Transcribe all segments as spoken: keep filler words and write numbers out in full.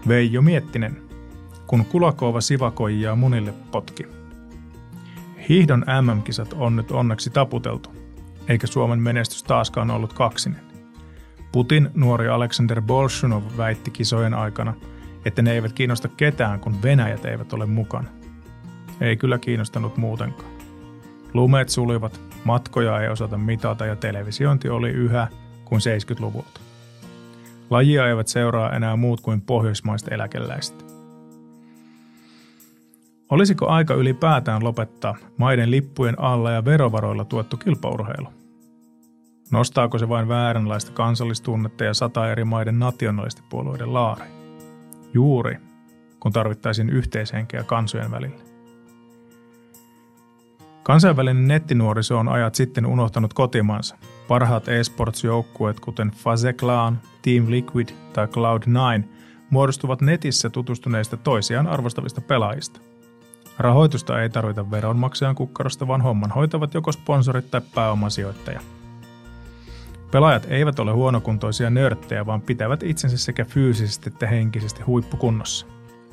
Veijo Miettinen, kun Kulakova Sivakoijaa munille potki. Hiihdon M M-kisat on nyt onneksi taputeltu, eikä Suomen menestys taaskaan ollut kaksinen. Putin nuori Aleksander Bolshunov väitti kisojen aikana, että ne eivät kiinnosta ketään, kun Venäjät eivät ole mukana. Ei kyllä kiinnostanut muutenkaan. Lumeet sulivat, matkoja ei osata mitata ja televisiointi oli yhä kuin seitsemänkymmentäluvulta. Lajia eivät seuraa enää muut kuin pohjoismaiset eläkeläiset. Olisiko aika ylipäätään lopettaa maiden lippujen alla ja verovaroilla tuettu kilpaurheilu? Nostaako se vain vääränlaista kansallistunnetta ja sata eri maiden nationalistipuolueiden laari? Juuri, kun tarvittaisiin yhteishenkeä kansojen välillä. Kansainvälinen nettinuoriso on ajat sitten unohtanut kotimaansa. Parhaat e-sports-joukkueet, kuten FaZe Clan, Team Liquid tai Cloud nine, muodostuvat netissä tutustuneista toisiaan arvostavista pelaajista. Rahoitusta ei tarvita veronmaksajan kukkarosta, vaan homman hoitavat joko sponsorit tai pääomasijoittaja. Pelaajat eivät ole huonokuntoisia nörttejä, vaan pitävät itsensä sekä fyysisesti että henkisesti huippukunnossa.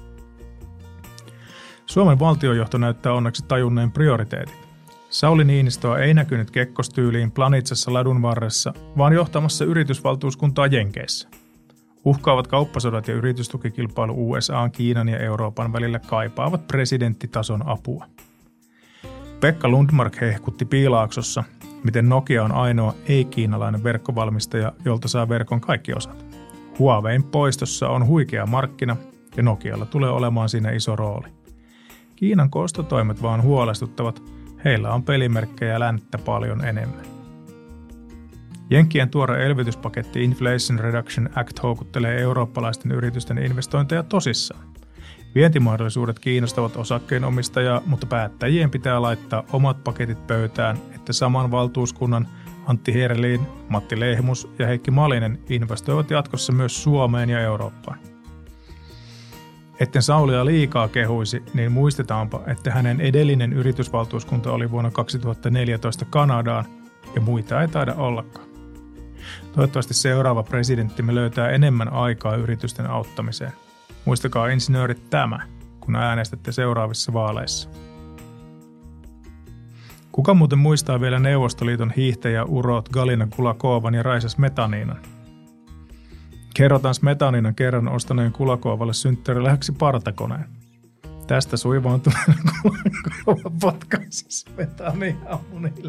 Suomen valtiojohto näyttää onneksi tajunneen prioriteetit. Sauli Niinistöä ei näkynyt kekkostyyliin Planitsassa ladun varressa, vaan johtamassa yritysvaltuuskuntaa Jenkeissä. Uhkaavat kauppasodat ja yritystukikilpailu U S A, Kiinan ja Euroopan välillä kaipaavat presidenttitason apua. Pekka Lundmark hehkutti Piilaaksossa, miten Nokia on ainoa ei-kiinalainen verkkovalmistaja, jolta saa verkon kaikki osat. Huawein poistossa on huikea markkina ja Nokialla tulee olemaan siinä iso rooli. Kiinan kostotoimet vaan huolestuttavat, heillä on pelimerkkejä länttä paljon enemmän. Jenkkien tuore elvytyspaketti Inflation Reduction Act houkuttelee eurooppalaisten yritysten investointeja tosissaan. Vientimahdollisuudet kiinnostavat osakkeenomistajaa, mutta päättäjien pitää laittaa omat paketit pöytään, että saman valtuuskunnan Antti Herlin, Matti Lehmus ja Heikki Malinen investoivat jatkossa myös Suomeen ja Eurooppaan. Etten Saulia liikaa kehuisi, niin muistetaanpa, että hänen edellinen yritysvaltuuskunta oli vuonna kaksituhattaneljätoista Kanadaan ja muita ei taida ollakaan. Toivottavasti seuraava presidenttimme löytää enemmän aikaa yritysten auttamiseen. Muistakaa insinöörit tämä, kun äänestätte seuraavissa vaaleissa. Kuka muuten muistaa vielä Neuvostoliiton hiihtäjäurot Galina Kulakovan ja Raisa Smetaninan? Kerrotaan Smetaninan kerran ostaneen Kulakovalle synttärilähöksi partakoneen. Tästä suivaantuneena Kulakova potkaisi Smetania munille.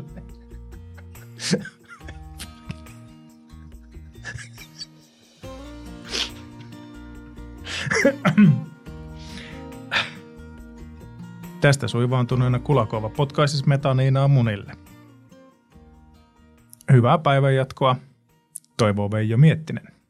Tästä suivaantuneena Kulakova potkaisi Smetaniaa munille. Hyvää päivänjatkoa, toivoo Veijo Miettinen.